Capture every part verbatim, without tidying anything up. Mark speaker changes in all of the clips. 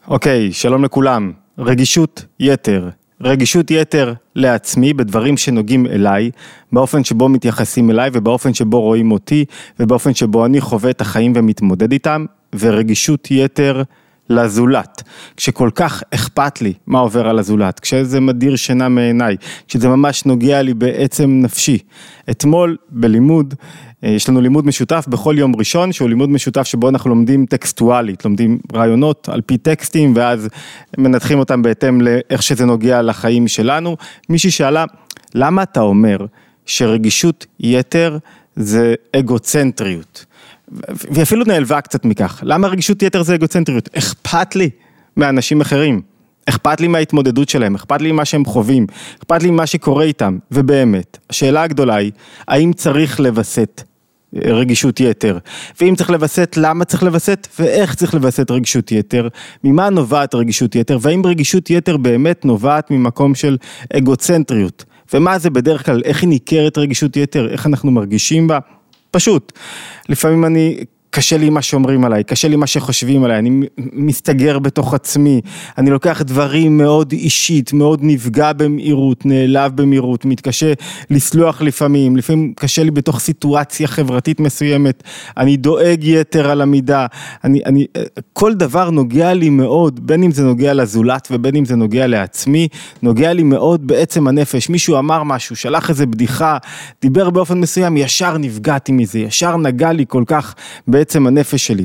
Speaker 1: אוקיי, שלום לכולם. רגישות יתר. רגישות יתר לעצמי בדברים שנוגעים אליי, באופן שבו מתייחסים אליי ובאופן שבו רואים אותי ובאופן שבו אני חווה את החיים ומתמודד איתם, ורגישות יתר לזולת. כשכל כך אכפת לי מה עובר על הזולת, כשזה מדיר שינה מעיניי, כשזה ממש נוגע לי בעצם נפשי. אתמול בלימוד, יש לנו לימוד משותף בכל יום ראשון, שהוא לימוד משותף שבו אנחנו לומדים טקסטואלית, לומדים רעיונות על פי טקסטים, ואז מנתחים אותם בהתאם לאיך שזה נוגע לחיים שלנו. מישהי שאלה, למה אתה אומר שרגישות יתר זה אגוצנטריות? ואפילו נעלבה קצת מכך. למה רגישות יתר זה אגוצנטריות? אכפת לי מאנשים אחרים. אכפת לי מההתמודדות שלהם, אכפת לי מה שהם חווים, אכפת לי מה שקורה איתם. ובאמת, השאלה הגדולה היא, האם צריך לבסט רגישות יתר? ואם צריך לבסט, למה צריך לבסט? ואיך צריך לבסט רגישות יתר? ממה נובעת רגישות יתר? והאם רגישות יתר באמת נובעת ממקום של אגוצנטריות? ומה זה בדרך כלל? איך היא ניכרת רגישות יתר? איך אנחנו מרגישים בה? פשוט, לפעמים אני, קשה לי מה שאומרים עליי, קשה לי מה שחושבים עליי, אני מסתגר בתוך עצמי, אני לוקח דברים מאוד אישית, מאוד נפגע במהירות, נעלב במהירות, מתקשה לסלוח לפעמים, לפעמים קשה לי בתוך סיטואציה חברתית מסוימת, אני דואג יתר על המידה, אני, אני, כל דבר נוגע לי מאוד, בין אם זה נוגע לזולת ובין אם זה נוגע לעצמי, נוגע לי מאוד בעצם הנפש, מישהו אמר משהו, שלח איזה בדיחה, דיבר באופן מסוים, ישר נפגעתי מזה, ישר נגע לי כל כך בעצם הנפש שלי.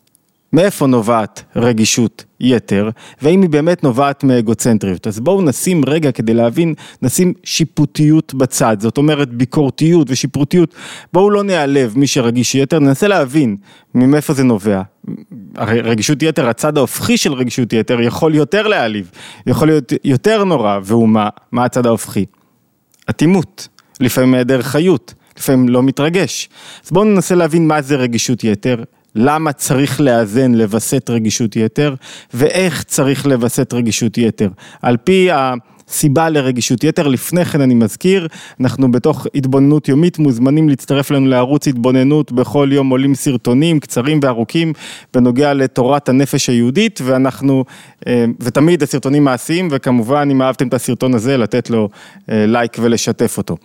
Speaker 1: מאיפה נובעת רגישות יתר, והאם היא באמת נובעת מאגוצנטריות? אז בואו נשים רגע כדי להבין, נשים שיפוטיות בצד, זאת אומרת ביקורתיות ושיפוטיות, בואו לא נעלב מי שרגיש יתר, ננסה להבין ממאיפה זה נובע. הרי רגישות יתר, הצד ההופכי של רגישות יתר יכול יותר להעליב, יכול להיות יותר נורא, והוא מה, מה הצד ההופכי? אטימות, לפעמים היעדר חיות, לפעמים לא מתרגש. אז בואו ננסה להבין מה זה רגישות יתר, למה צריך לאזן לבסט רגישות יתר, ואיך צריך לבסט רגישות יתר. על פי הסיבה לרגישות יתר, לפני כן אני מזכיר, אנחנו בתוך התבוננות יומית מוזמנים להצטרף לנו לערוץ התבוננות, בכל יום עולים סרטונים קצרים וארוכים, בנוגע לתורת הנפש היהודית, ואנחנו, ותמיד הסרטונים מעשיים, וכמובן אם אהבתם את הסרטון הזה, לתת לו לייק ולשתף אותו.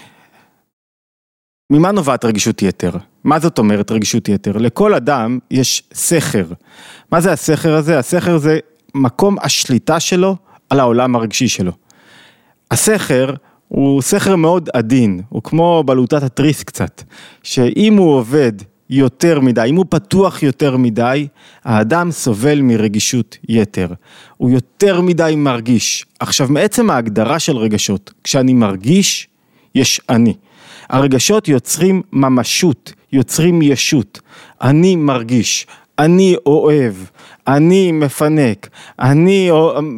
Speaker 1: ממה נובעת רגישות יתר? מה זאת אומרת רגישות יתר? לכל אדם יש סכר. מה זה הסכר הזה? הסכר זה מקום השליטה שלו על העולם הרגשי שלו. הסכר הוא סכר מאוד עדין, הוא כמו בלוטת התריס קצת, שאם הוא עובד יותר מדי, אם הוא פתוח יותר מדי, האדם סובל מרגישות יתר. הוא יותר מדי מרגיש. עכשיו, מעצם ההגדרה של רגשות, כשאני מרגיש, יש אני. הרגשות יוצרים ממשות, יוצרים ישות. אני מרגיש, אני אוהב, אני מפנק, אני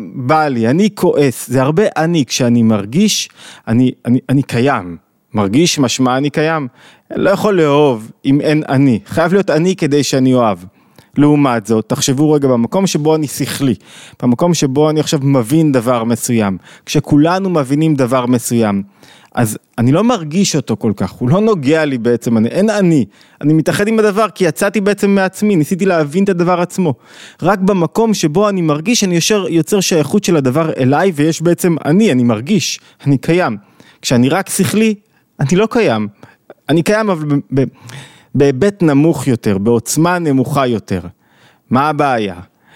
Speaker 1: בא לי, אני כועס. זה הרבה אני. כשאני מרגיש, אני, אני, אני קיים. מרגיש משמע אני קיים. לא יכול לאהוב אם אין אני. חייב להיות אני כדי שאני אוהב. לעומת זאת, תחשבו רגע במקום שבו אני שכלי, במקום שבו אני עכשיו מבין דבר מסוים. כשכולנו מבינים דבר מסוים, אז אני לא מרגיש אותו כל כך, הוא לא נוגע לי בעצם, אני, אין אני, אני מתאחד עם הדבר, כי יצאתי בעצם מעצמי, ניסיתי להבין את הדבר עצמו, רק במקום שבו אני מרגיש, אני יוצר, יוצר שייכות של הדבר אליי, ויש בעצם אני, אני מרגיש, אני קיים, כשאני רק שכלי, אני לא קיים, אני קיים אבל ב, ב, בהיבט נמוך יותר, בעוצמה נמוכה יותר. מה הבעיה?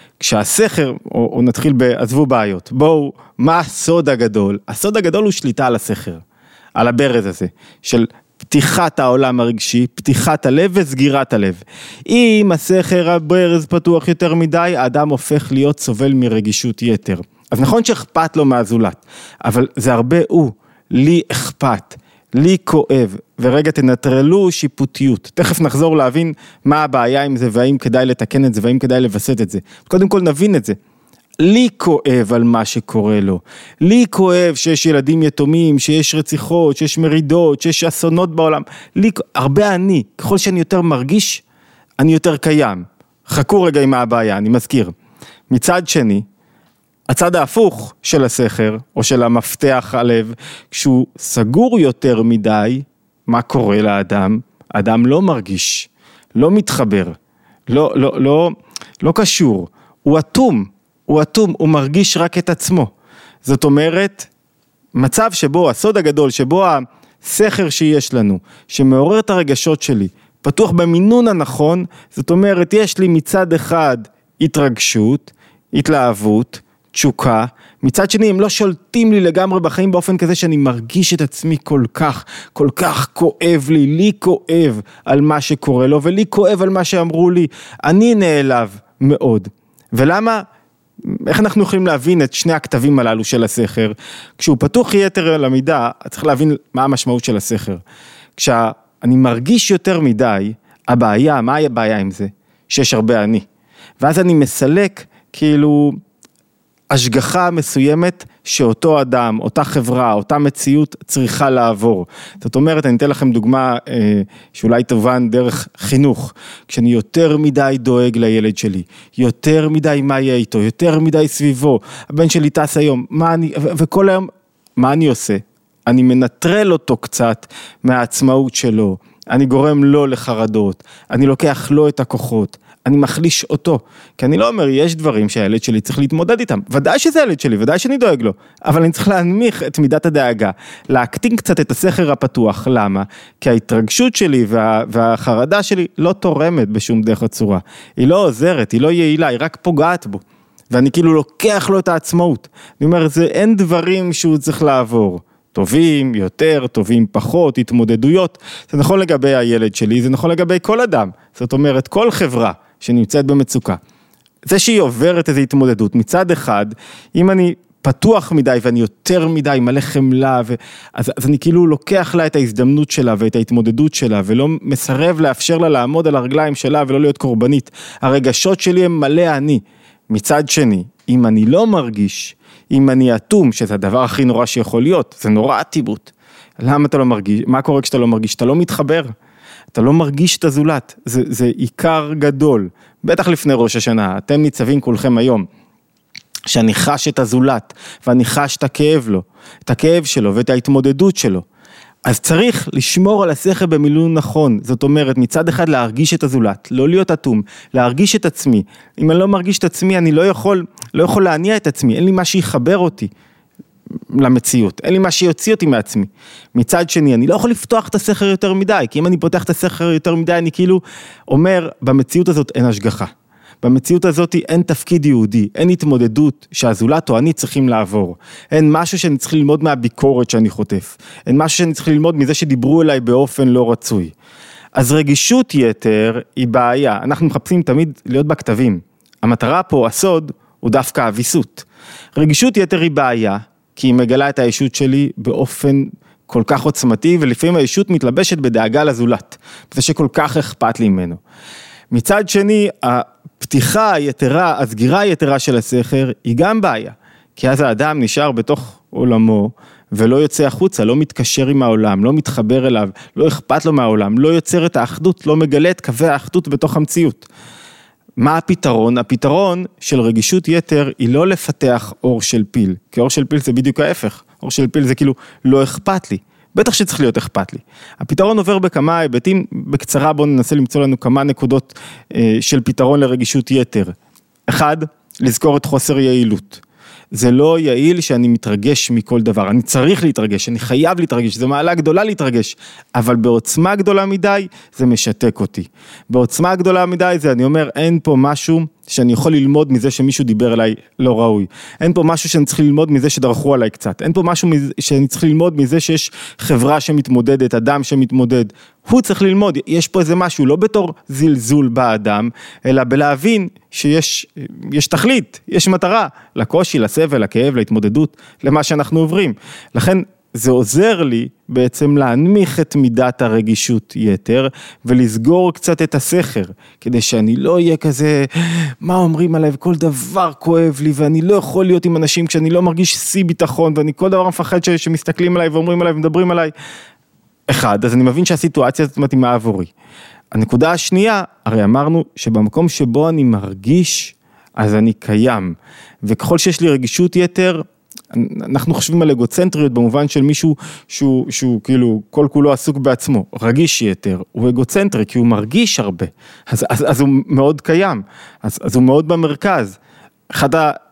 Speaker 1: כשהסכר, או, או נתחיל בעזבו בעיות, בואו, מה הסוד הגדול? הסוד הגדול הוא שליטה על הסכר. על הברז הזה, של פתיחת העולם הרגשי, פתיחת הלב וסגירת הלב. אם הסכר הברז פתוח יותר מדי, האדם הופך להיות סובל מרגישות יתר. אז נכון שאכפת לו מהזולת, אבל זה הרבה הוא, לי אכפת, לי כואב, ורגע תנטרלו שיפוטיות. תכף נחזור להבין מה הבעיה עם זה, והאם כדאי לתקן את זה, והאם כדאי לבסט את זה. קודם כל נבין את זה. לי כואב על מה שקורה לו, לי כואב שיש ילדים יתומים, שיש רציחות, שיש מרידות, שיש אסונות בעולם, לי, הרבה אני, ככל שאני יותר מרגיש, אני יותר קיים. חכו רגע עם הבעיה, אני מזכיר. מצד שני, הצד ההפוך של הסכר, או של המפתח הלב, כשהוא סגור יותר מדי, מה קורה לאדם? האדם לא מרגיש, לא מתחבר, לא, לא, לא, לא קשור, הוא אטום. הוא אטום, הוא מרגיש רק את עצמו. זאת אומרת, מצב שבו, הסוד הגדול, שבו הסכר שיש לנו, שמעורר את הרגשות שלי, פתוח במינון הנכון, זאת אומרת, יש לי מצד אחד התרגשות, התלהבות, תשוקה, מצד שני הם לא שולטים לי לגמרי בחיים באופן כזה שאני מרגיש את עצמי כל כך, כל כך כואב לי, לי כואב על מה שקורה לו, ולי כואב על מה שאמרו לי, אני נעלב מאוד. ולמה? איך אנחנו יכולים להבין את שני הכתבים הללו של הסכר? כשהוא פתוח יתר על המידה, צריך להבין מה המשמעות של הסכר. כשאני מרגיש יותר מדי, הבעיה, מה הבעיה עם זה? שיש הרבה אני. ואז אני מסלק כאילו השגחה מסוימת שאותו אדם, אותה חברה, אותה מציאות צריכה לעבור. זאת אומרת, אני אתן לכם דוגמה אה, שאולי תובן דרך חינוך. כשאני יותר מדי דואג לילד שלי, יותר מדי מה יהיה איתו, יותר מדי סביבו, הבן שלי טס היום, מה אני, ו- וכל היום, מה אני עושה? אני מנטרל אותו קצת מהעצמאות שלו, אני גורם לו לחרדות, אני לוקח לו את הכוחות, אני מחליש אותו, כי אני לא אומר, יש דברים שהילד שלי צריך להתמודד איתם, ודאי שזה ילד שלי, ודאי שאני דואג לו, אבל אני צריך להנמיך את מידת הדאגה, להקטין קצת את הסכר הפתוח, למה? כי ההתרגשות שלי וה, והחרדה שלי לא תורמת בשום דרך הצורה, היא לא עוזרת, היא לא יעילה, היא רק פוגעת בו, ואני כאילו לוקח לו את העצמאות, אני אומר, זה אין דברים שהוא צריך לעבור, טובים יותר, טובים פחות, התמודדויות, זה נכון לגבי הילד שלי, זה נכון לגבי כל אדם, זאת אומרת, כל חברה שנמצאת במצוקה, זה שהיא עוברת איזו התמודדות, מצד אחד, אם אני פתוח מדי ואני יותר מדי מלא חמלה, ו... אז, אז אני כאילו לוקח לה את ההזדמנות שלה ואת ההתמודדות שלה, ולא מסרב לאפשר לה לעמוד על הרגליים שלה ולא להיות קורבנית, הרגשות שלי הם מלא אני, מצד שני, אם אני לא מרגיש, אם אני אטום, שזה הדבר הכי נורא שיכול להיות, זה נורא אטיבות. למה אתה לא מרגיש? מה קורה כשאתה לא מרגיש? אתה לא מתחבר, אתה לא מרגיש את הזולת, זה, זה עיקר גדול, בטח לפני ראש השנה, אתם ניצבים כולכם היום, שאני חש את הזולת, ואני חש את הכאב לו, את הכאב שלו ואת ההתמודדות שלו, אז צריך לשמור על השכל במילון נכון, זאת אומרת מצד אחד להרגיש את הזולת, לא להיות אטום, להרגיש את עצמי, אם אני לא מרגיש את עצמי אני לא יכול, לא יכול להניע את עצמי, אין לי מה שיחבר אותי למציאות, אין לי מה שיוציא אותי מעצמי, מצד שני אני לא יכול לפתוח את השכל יותר מדי, כי אם אני פותח את השכל יותר מדי אני כאילו אומר במציאות הזאת אין השגחה, במציאות הזאת אין תפקיד יהודי, אין התמודדות שהזולת או אני צריכים לעבור, אין משהו שאני צריך ללמוד מהביקורת שאני חוטף, אין משהו שאני צריך ללמוד מזה שדיברו אליי באופן לא רצוי. אז רגישות יתר היא בעיה, אנחנו מחפשים תמיד להיות בכתבים, המטרה פה, הסוד, הוא דווקא הוויסות. רגישות יתר היא בעיה, כי היא מגלה את הישות שלי באופן כל כך עוצמתי, ולפעמים הישות מתלבשת בדאגה לזולת, זה שכל כך אכפת לי ממנו. מצד שני, הפתיחה היתרה, הסגירה היתרה של הסכר, היא גם בעיה, כי אז האדם נשאר בתוך עולמו, ולא יוצא החוצה, לא מתקשר עם העולם, לא מתחבר אליו, לא אכפת לו מהעולם, לא יוצר את האחדות, לא מגלה את קווי האחדות בתוך המציאות. מה הפתרון? הפתרון של רגישות יתר היא לא לפתח אור של פיל, כי אור של פיל זה בדיוק ההפך, אור של פיל זה כאילו לא אכפת לי, בטח שצריך להיות אכפת לי. הפתרון עובר בכמה היבטים, בקצרה בואו ננסה למצוא לנו כמה נקודות אה, של פתרון לרגישות יתר. אחד, לזכור את חוסר יעילות. זה לא יעיל שאני מתרגש מכל דבר, אני צריך להתרגש, אני חייב להתרגש, זו מעלה גדולה להתרגש, אבל בעוצמה גדולה מדי זה משתק אותי. בעוצמה גדולה מדי זה אני אומר אין פה משהו שאני יכול ללמוד מזה שמישהו דיבר אליי לא ראוי, אין פה משהו שאני צריך ללמוד מזה שדרכו עליי קצת, אין פה משהו שאני צריך ללמוד מזה שיש חברה שמתמודדת, אדם שמתמודד, הוא צריך ללמוד, יש פה איזה משהו, לא בתור זלזול באדם, אלא בלהבין שיש יש תכלית, יש מטרה, לקושי, לסבל, לכאב, להתמודדות, למה שאנחנו עוברים. לכן זה עוזר לי בעצם להנמיך את מידת הרגישות יתר, ולסגור קצת את הסכר, כדי שאני לא אהיה כזה, מה אומרים עליי, וכל דבר כואב לי, ואני לא יכול להיות עם אנשים כשאני לא מרגיש שיא ביטחון, ואני כל דבר מפחד ש- שמסתכלים עליי ואומרים עליי ומדברים עליי. אחד, אז אני מבין שהסיטואציה הזאת מתאימה עבורי. הנקודה השנייה, הרי אמרנו שבמקום שבו אני מרגיש, אז אני קיים, וככל שיש לי רגישות יתר, אנחנו חושבים על אגוצנטריות במובן של מישהו שהוא, שהוא כאילו כל כולו עסוק בעצמו, רגיש יתר, הוא אגוצנטרי כי הוא מרגיש הרבה, אז, אז, אז הוא מאוד קיים, אז, אז הוא מאוד במרכז. אחד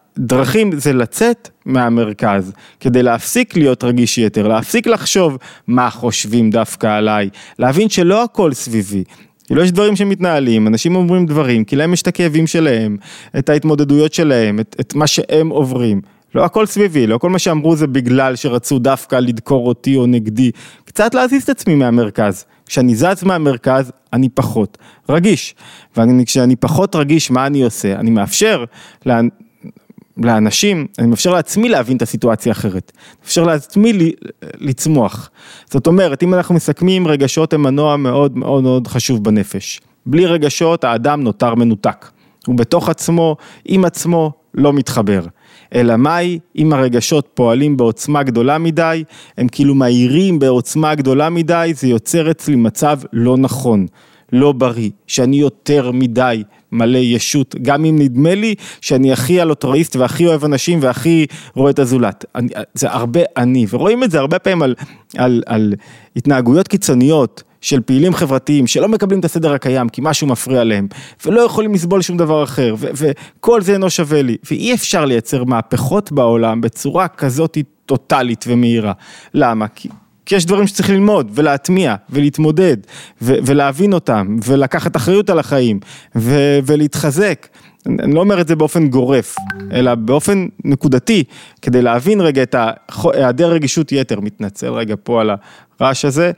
Speaker 1: הדרכים זה לצאת מהמרכז, כדי להפסיק להיות רגיש יתר, להפסיק לחשוב מה חושבים דווקא עליי, להבין שלא הכל סביבי, כאילו יש דברים שמתנהלים, אנשים אומרים דברים, כי להם יש את הכאבים שלהם, את ההתמודדויות שלהם, את, את מה שהם עוברים, לא הכל סביבי, לא כל מה שאמרו זה בגלל שרצו דווקא לדקור אותי או נגדי, קצת להזיז את עצמי מהמרכז, כשאני זז מהמרכז אני פחות רגיש, וכשאני פחות רגיש מה אני עושה? אני מאפשר לה... לאנשים, אני מאפשר לעצמי להבין את הסיטואציה אחרת, מאפשר לעצמי לצמוח, זאת אומרת, אם אנחנו מסכמים, רגשות הם מנוע מאוד מאוד מאוד חשוב בנפש, בלי רגשות האדם נותר מנותק, הוא בתוך עצמו, עם עצמו, לא מתחבר, אלא מהי, אם הרגשות פועלים בעוצמה גדולה מדי, הם כאילו מהירים בעוצמה גדולה מדי, זה יוצר אצלי מצב לא נכון, לא בריא, שאני יותר מדי מלא ישות, גם אם נדמה לי שאני הכי אלטרואיסט והכי אוהב אנשים והכי רואה את הזולת. אני, זה הרבה אני, ורואים את זה הרבה פעמים על, על, על התנהגויות קיצוניות של פעילים חברתיים שלא מקבלים את הסדר הקיים כי משהו מפריע להם, ולא יכולים לסבול שום דבר אחר, ו- וכל זה אינו שווה לי, ואי אפשר לייצר מהפכות בעולם בצורה כזאת טוטלית ומהירה. למה? כי כי יש דברים שצריך ללמוד ולהטמיע ולהתמודד ו- ולהבין אותם ולקחת אחריות על החיים ו- ולהתחזק. אני לא אומר את זה באופן גורף, אלא באופן נקודתי, כדי להבין רגע את היעדר רגישות יתר, מתנצל רגע פה על הרעש הזה.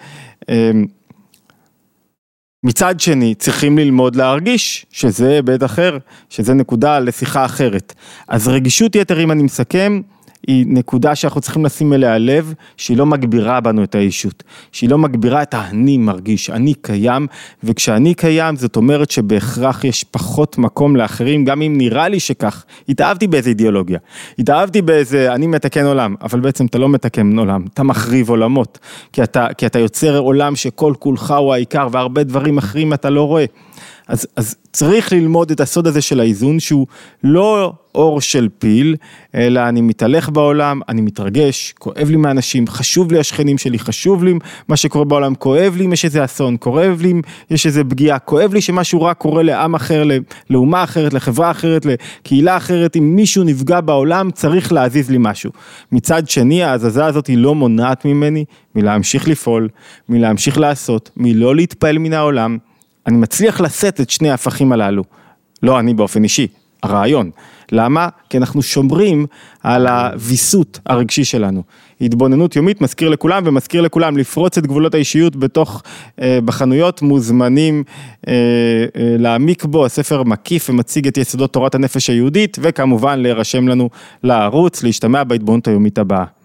Speaker 1: מצד שני, צריכים ללמוד להרגיש, שזה היבט אחר, שזה נקודה לשיחה אחרת. אז רגישות יתר, אם אני מסכם, היא נקודה שאנחנו צריכים לשים אליה לב, שהיא לא מגבירה בנו את האישות, שהיא לא מגבירה את האני מרגיש, אני קיים, וכשאני קיים, זאת אומרת שבהכרח יש פחות מקום לאחרים, גם אם נראה לי שכך, התאהבתי באיזה אידיאולוגיה, התאהבתי באיזה, אני מתקן עולם, אבל בעצם אתה לא מתקן עולם, אתה מחריב עולמות, כי אתה, כי אתה יוצר עולם שכל כולך הוא העיקר, והרבה דברים אחרים אתה לא רואה, אז, אז צריך ללמוד את הסוד הזה של האיזון, שהוא לא אור של פיל, אלא אני מתהלך בעולם, אני מתרגש, כואב לי מהאנשים, חשוב לי השכנים שלי, חשוב לי מה שקורה בעולם, כואב לי אם יש איזה אסון, כואב לי אם יש איזה פגיעה, כואב לי שמשהו רע קורה לעם אחר, לאומה אחרת, לחברה אחרת, לקהילה אחרת, אם מישהו נפגע בעולם, צריך להזיז לי משהו. מצד שני, ההזזה הזאת היא לא מונעת ממני, מלהמשיך לפעול, מלהמשיך לעשות, מלא להתפעל מן העולם, אני מצליח לשאת את שני ההפכים הללו, לא אני באופן אישי, הרעיון. למה? כי אנחנו שומרים על הוויסות הרגשי שלנו. התבוננות יומית מזכיר לכולם ומזכיר לכולם לפרוץ את גבולות האישיות בתוך, אה, בחנויות מוזמנים אה, אה, להעמיק בו, הספר מקיף ומציג את יסודות תורת הנפש היהודית, וכמובן להירשם לנו לערוץ, להשתמע בהתבוננות היומית הבאה.